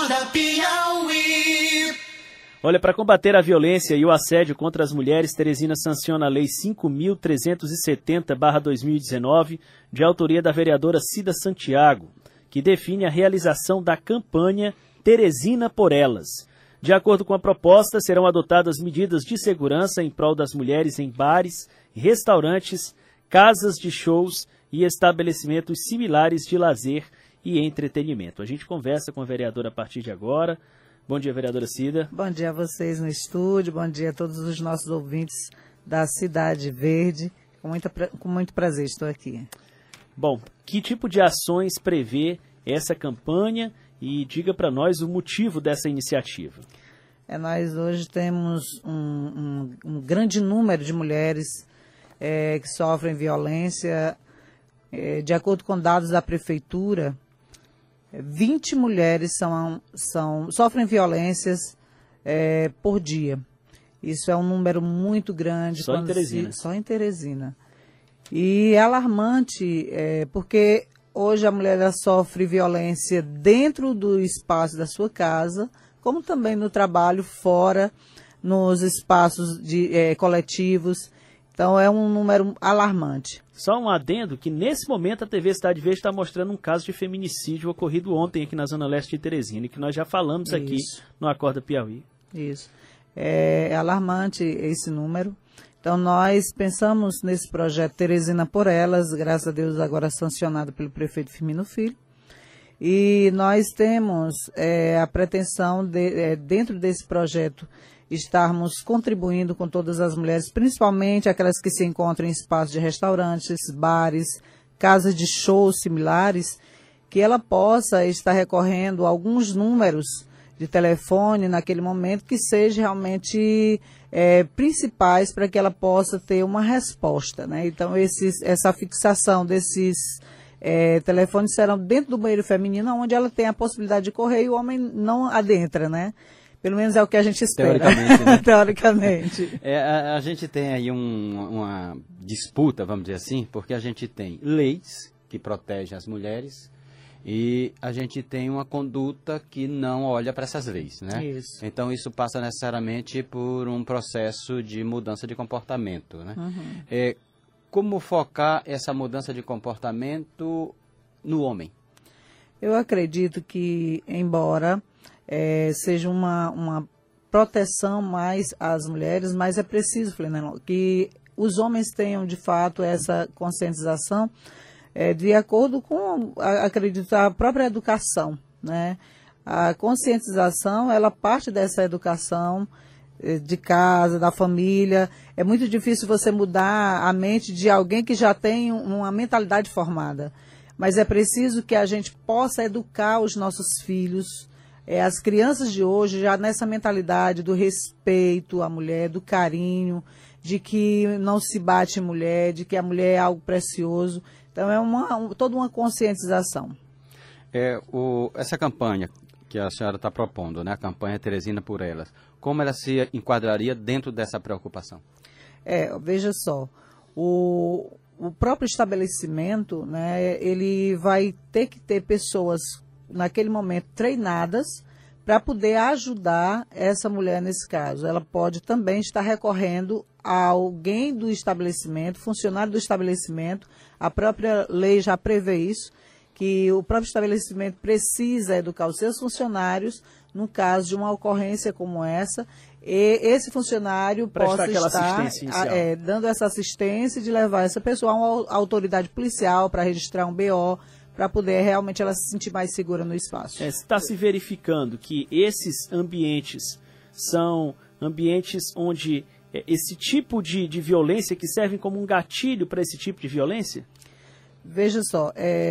Acorda Piauí. Olha, para combater a violência e o assédio contra as mulheres, Teresina sanciona a Lei 5.370/2019, de autoria da vereadora Cida Santiago, que define a realização da campanha Teresina por Elas. De acordo com a proposta, serão adotadas medidas de segurança em prol das mulheres em bares, restaurantes, casas de shows e estabelecimentos similares de lazer e entretenimento. A gente conversa com a vereadora a partir de agora. Bom dia, vereadora Cida. Bom dia a vocês no estúdio, bom dia a todos os nossos ouvintes da Cidade Verde. Com muito prazer estou aqui. Bom, que tipo de ações prevê essa campanha e diga para nós o motivo dessa iniciativa? Nós hoje temos um grande número de mulheres que sofrem violência. De acordo com dados da Prefeitura, 20 mulheres sofrem violências por dia. Isso é um número muito grande. Só em Teresina. Só em Teresina. E é alarmante, porque hoje a mulher ela sofre violência dentro do espaço da sua casa, como também no trabalho, fora, nos espaços coletivos. Então é um número alarmante. Só um adendo que nesse momento a TV Cidade Verde está mostrando um caso de feminicídio ocorrido ontem aqui na Zona Leste de Teresina, e que nós já falamos aqui no Acorda Piauí. Isso. É alarmante esse número. Então nós pensamos nesse projeto Teresina por Elas, graças a Deus agora sancionado pelo prefeito Firmino Filho. E nós temos a pretensão de, dentro desse projeto, estarmos contribuindo com todas as mulheres, principalmente aquelas que se encontram em espaços de restaurantes, bares, casas de shows similares, que ela possa estar recorrendo a alguns números de telefone naquele momento que sejam realmente principais para que ela possa ter uma resposta, né? Então, essa fixação desses telefones serão dentro do banheiro feminino, onde ela tem a possibilidade de correr e o homem não adentra, né? Pelo menos é o que a gente espera. Teoricamente, né? Teoricamente. A gente tem aí uma disputa, vamos dizer assim, porque a gente tem leis que protegem as mulheres e a gente tem uma conduta que não olha para essas leis, né? Isso. Então isso passa necessariamente por um processo de mudança de comportamento, né? Uhum. Como focar essa mudança de comportamento no homem? Eu acredito que, embora seja uma proteção mais às mulheres, mas é preciso, Flenelon, que os homens tenham, de fato, essa conscientização de acordo com, acredito, a própria educação, né? A conscientização, ela parte dessa educação de casa, da família. É muito difícil você mudar a mente de alguém que já tem uma mentalidade formada. Mas é preciso que a gente possa educar os nossos filhos, as crianças de hoje, já nessa mentalidade do respeito à mulher, do carinho, de que não se bate em mulher, de que a mulher é algo precioso. Então, é toda uma conscientização. Essa campanha que a senhora está propondo, né, a campanha Teresina por Elas, como ela se enquadraria dentro dessa preocupação? Veja só, o próprio estabelecimento, né, ele vai ter que ter pessoas, naquele momento, treinadas para poder ajudar essa mulher nesse caso. Ela pode também estar recorrendo a alguém do estabelecimento, funcionário do estabelecimento. A própria lei já prevê isso, que o próprio estabelecimento precisa educar os seus funcionários no caso de uma ocorrência como essa, e esse funcionário possa estar dando essa assistência de levar essa pessoa a uma autoridade policial para registrar um BO, para poder realmente ela se sentir mais segura no espaço. Está se verificando que esses ambientes são ambientes onde esse tipo de violência que servem como um gatilho para esse tipo de violência? Veja só,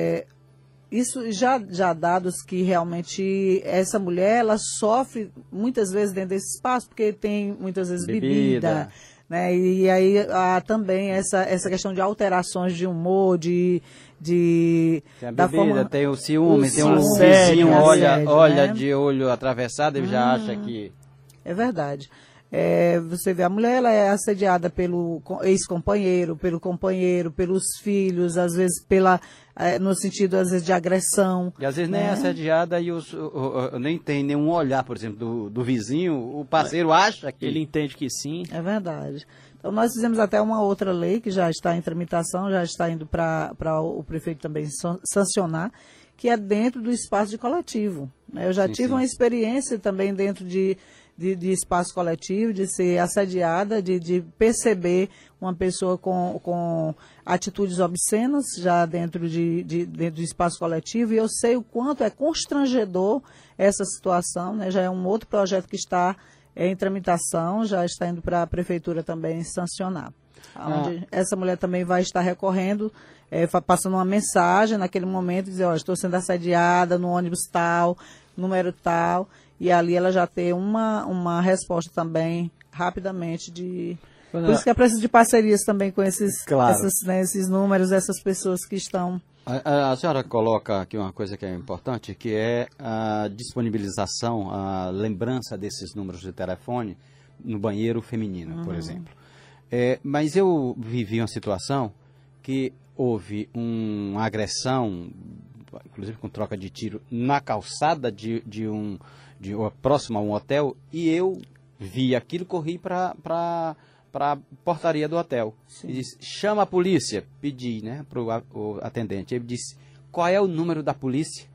isso já há dados que realmente essa mulher ela sofre muitas vezes dentro desse espaço, porque tem muitas vezes bebida, né? E aí há também essa questão de alterações de humor, tem a bebida, tem o ciúme, tem um vizinho olha de olho atravessado e já acha que... É verdade. Você vê, a mulher ela é assediada pelo ex-companheiro, pelo companheiro, pelos filhos, às vezes no sentido, às vezes, de agressão. E às vezes nem é assediada e nem tem nenhum olhar, por exemplo, do vizinho, o parceiro acha que... Ele entende que sim. É verdade. Então, nós fizemos até uma outra lei que já está em tramitação, já está indo para o prefeito também sancionar, que é dentro do espaço de coletivo. Eu já tive uma experiência também dentro de espaço coletivo, de ser assediada, de perceber uma pessoa com atitudes obscenas já dentro do espaço coletivo, e eu sei o quanto é constrangedor essa situação, né? Já é um outro projeto que está em tramitação, já está indo para a prefeitura também sancionar. Onde essa mulher também vai estar recorrendo, passando uma mensagem naquele momento, dizer, estou sendo assediada no ônibus tal, número tal, e ali ela já tem uma resposta também, rapidamente, Por isso que é preciso de parcerias também com esses números, essas pessoas que estão... A senhora coloca aqui uma coisa que é importante, que é a disponibilização, a lembrança desses números de telefone no banheiro feminino, por exemplo. Mas eu vivi uma situação que houve uma agressão, inclusive com troca de tiro, na calçada próximo a um hotel, e eu vi aquilo, corri para a portaria do hotel. E disse, chama a polícia. Pedi, né, para o atendente. Ele disse, qual é o número da polícia?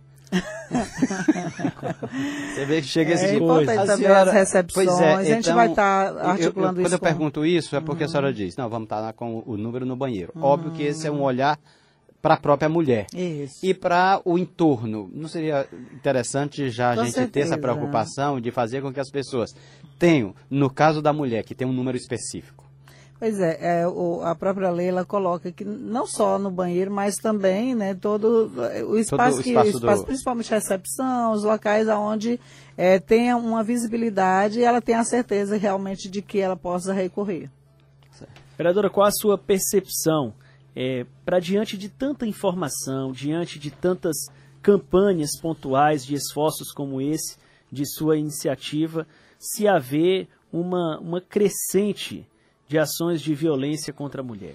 Você vê que chega esse tipo de coisa. A senhora, as recepções, a gente vai estar articulando isso. Quando eu pergunto isso, é porque a senhora diz, não, vamos estar com o número no banheiro. Óbvio que esse é um olhar para a própria mulher. Isso. E para o entorno. Não seria interessante já a gente ter essa preocupação de fazer com que as pessoas tenham, no caso da mulher, que tem um número específico? Pois a própria lei ela coloca que não só no banheiro, mas também, né, todo o espaço, principalmente recepção, os locais onde tenha uma visibilidade e ela tenha a certeza realmente de que ela possa recorrer. Vereadora, qual a sua percepção para diante de tanta informação, diante de tantas campanhas pontuais de esforços como esse, de sua iniciativa, se haver uma crescente de ações de violência contra a mulher?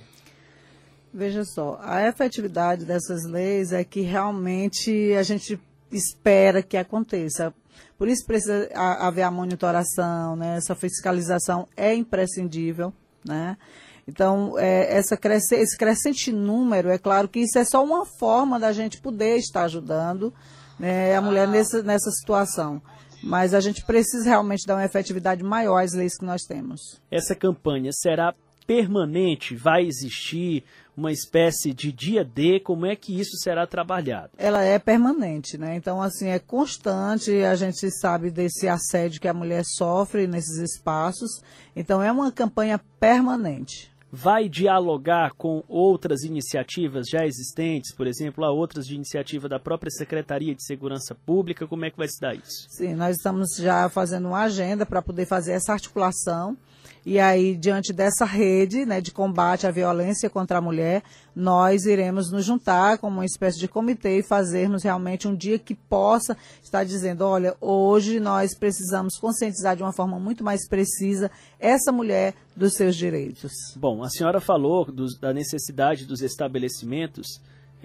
Veja só, a efetividade dessas leis é que realmente a gente espera que aconteça. Por isso precisa haver a monitoração, né? Essa fiscalização é imprescindível, né? Então, esse crescente número, é claro que isso é só uma forma da gente poder estar ajudando, né, a mulher nessa situação. Mas a gente precisa realmente dar uma efetividade maior às leis que nós temos. Essa campanha será permanente? Vai existir uma espécie de dia D? Como é que isso será trabalhado? Ela é permanente, né? Então, assim, é constante, a gente sabe desse assédio que a mulher sofre nesses espaços. Então, é uma campanha permanente. Vai dialogar com outras iniciativas já existentes, por exemplo, outras de iniciativa da própria Secretaria de Segurança Pública? Como é que vai se dar isso? Sim, nós estamos já fazendo uma agenda para poder fazer essa articulação. E aí, diante dessa rede, né, de combate à violência contra a mulher, nós iremos nos juntar como uma espécie de comitê e fazermos realmente um dia que possa estar dizendo, olha, hoje nós precisamos conscientizar de uma forma muito mais precisa essa mulher dos seus direitos. Bom, a senhora falou da necessidade dos estabelecimentos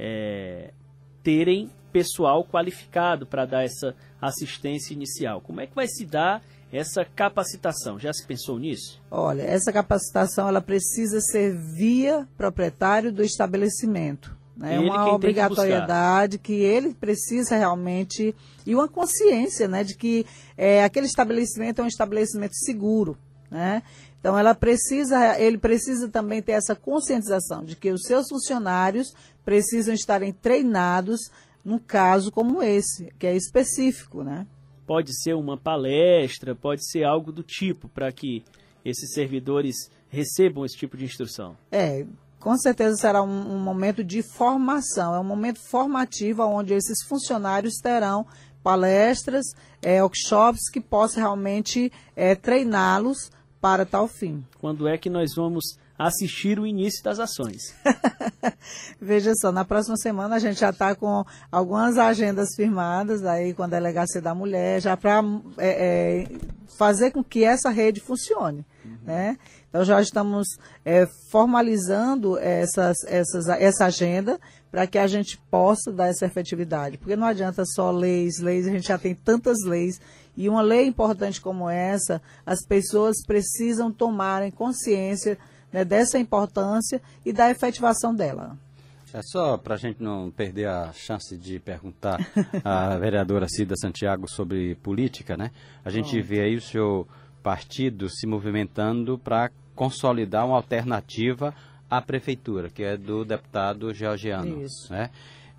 terem pessoal qualificado para dar essa assistência inicial. Como é que vai se dar essa capacitação? Já se pensou nisso? Olha, essa capacitação ela precisa ser via proprietário do estabelecimento. É uma obrigatoriedade que ele precisa realmente, e uma consciência, né, de que aquele estabelecimento é um estabelecimento seguro, né? Então ele precisa também ter essa conscientização de que os seus funcionários precisam estarem treinados num caso como esse, que é específico, né? Pode ser uma palestra, pode ser algo do tipo, para que esses servidores recebam esse tipo de instrução. Com certeza será um momento de formação, é um momento formativo onde esses funcionários terão palestras, workshops que possam realmente treiná-los para tal fim. Quando é que nós vamos assistir o início das ações. Veja só, na próxima semana a gente já está com algumas agendas firmadas aí com a Delegacia da Mulher, já para fazer com que essa rede funcione, né? Então já estamos formalizando essa agenda para que a gente possa dar essa efetividade, porque não adianta só leis, a gente já tem tantas leis, e uma lei importante como essa, as pessoas precisam tomarem consciência, né, dessa importância e da efetivação dela. É só para a gente não perder a chance de perguntar à vereadora Cida Santiago sobre política, né? A gente vê aí o seu partido se movimentando para consolidar uma alternativa à prefeitura, que é do deputado Georgiano. Isso. Né?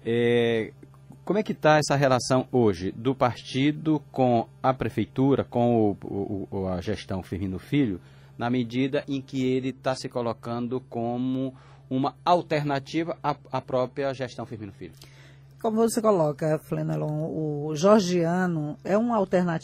Como é que está essa relação hoje do partido com a prefeitura, com a gestão Firmino Filho, na medida em que ele está se colocando como uma alternativa à própria gestão Firmino Filho? Como você coloca, Flenelon, o Georgiano é uma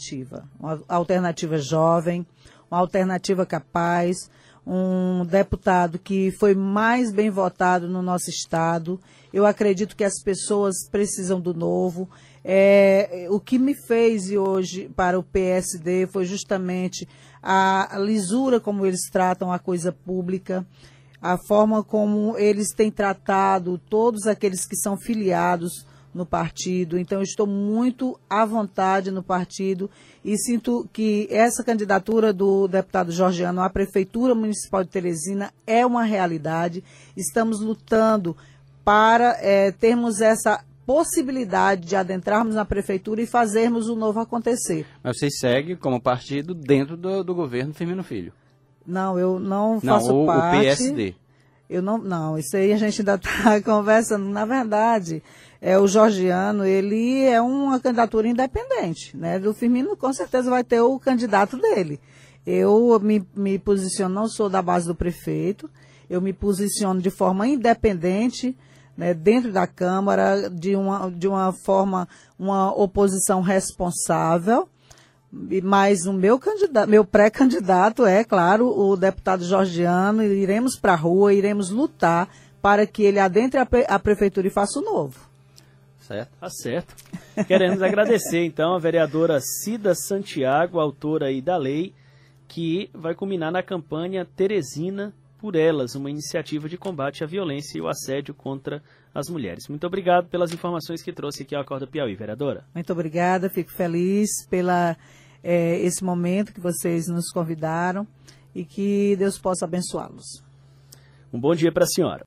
alternativa jovem, uma alternativa capaz, um deputado que foi mais bem votado no nosso estado. Eu acredito que as pessoas precisam do novo. O que me fez hoje para o PSD foi justamente a lisura como eles tratam a coisa pública, a forma como eles têm tratado todos aqueles que são filiados no partido. Então, eu estou muito à vontade no partido e sinto que essa candidatura do deputado Georgiano à Prefeitura Municipal de Teresina é uma realidade. Estamos lutando para termos essa possibilidade de adentrarmos na Prefeitura e fazermos o novo acontecer. Mas vocês seguem como partido dentro do governo Firmino Filho? Não, eu não faço parte. O PSD. Eu não, isso aí a gente ainda está conversando. Na verdade, o Georgiano, ele é uma candidatura independente, né? Do Firmino, com certeza vai ter o candidato dele. Eu me posiciono, não sou da base do prefeito, eu me posiciono de forma independente, né, dentro da Câmara, de uma forma, uma oposição responsável. Mas o meu pré-candidato é, claro, o deputado Georgiano. Iremos para a rua, iremos lutar para que ele adentre a prefeitura e faça o novo. Certo? Tá certo. Queremos agradecer, então, a vereadora Cida Santiago, autora aí da lei, que vai culminar na campanha Teresina por Elas, uma iniciativa de combate à violência e o assédio contra as mulheres. Muito obrigado pelas informações que trouxe aqui ao Acorda Piauí, vereadora. Muito obrigada, fico feliz esse momento que vocês nos convidaram e que Deus possa abençoá-los. Um bom dia para a senhora.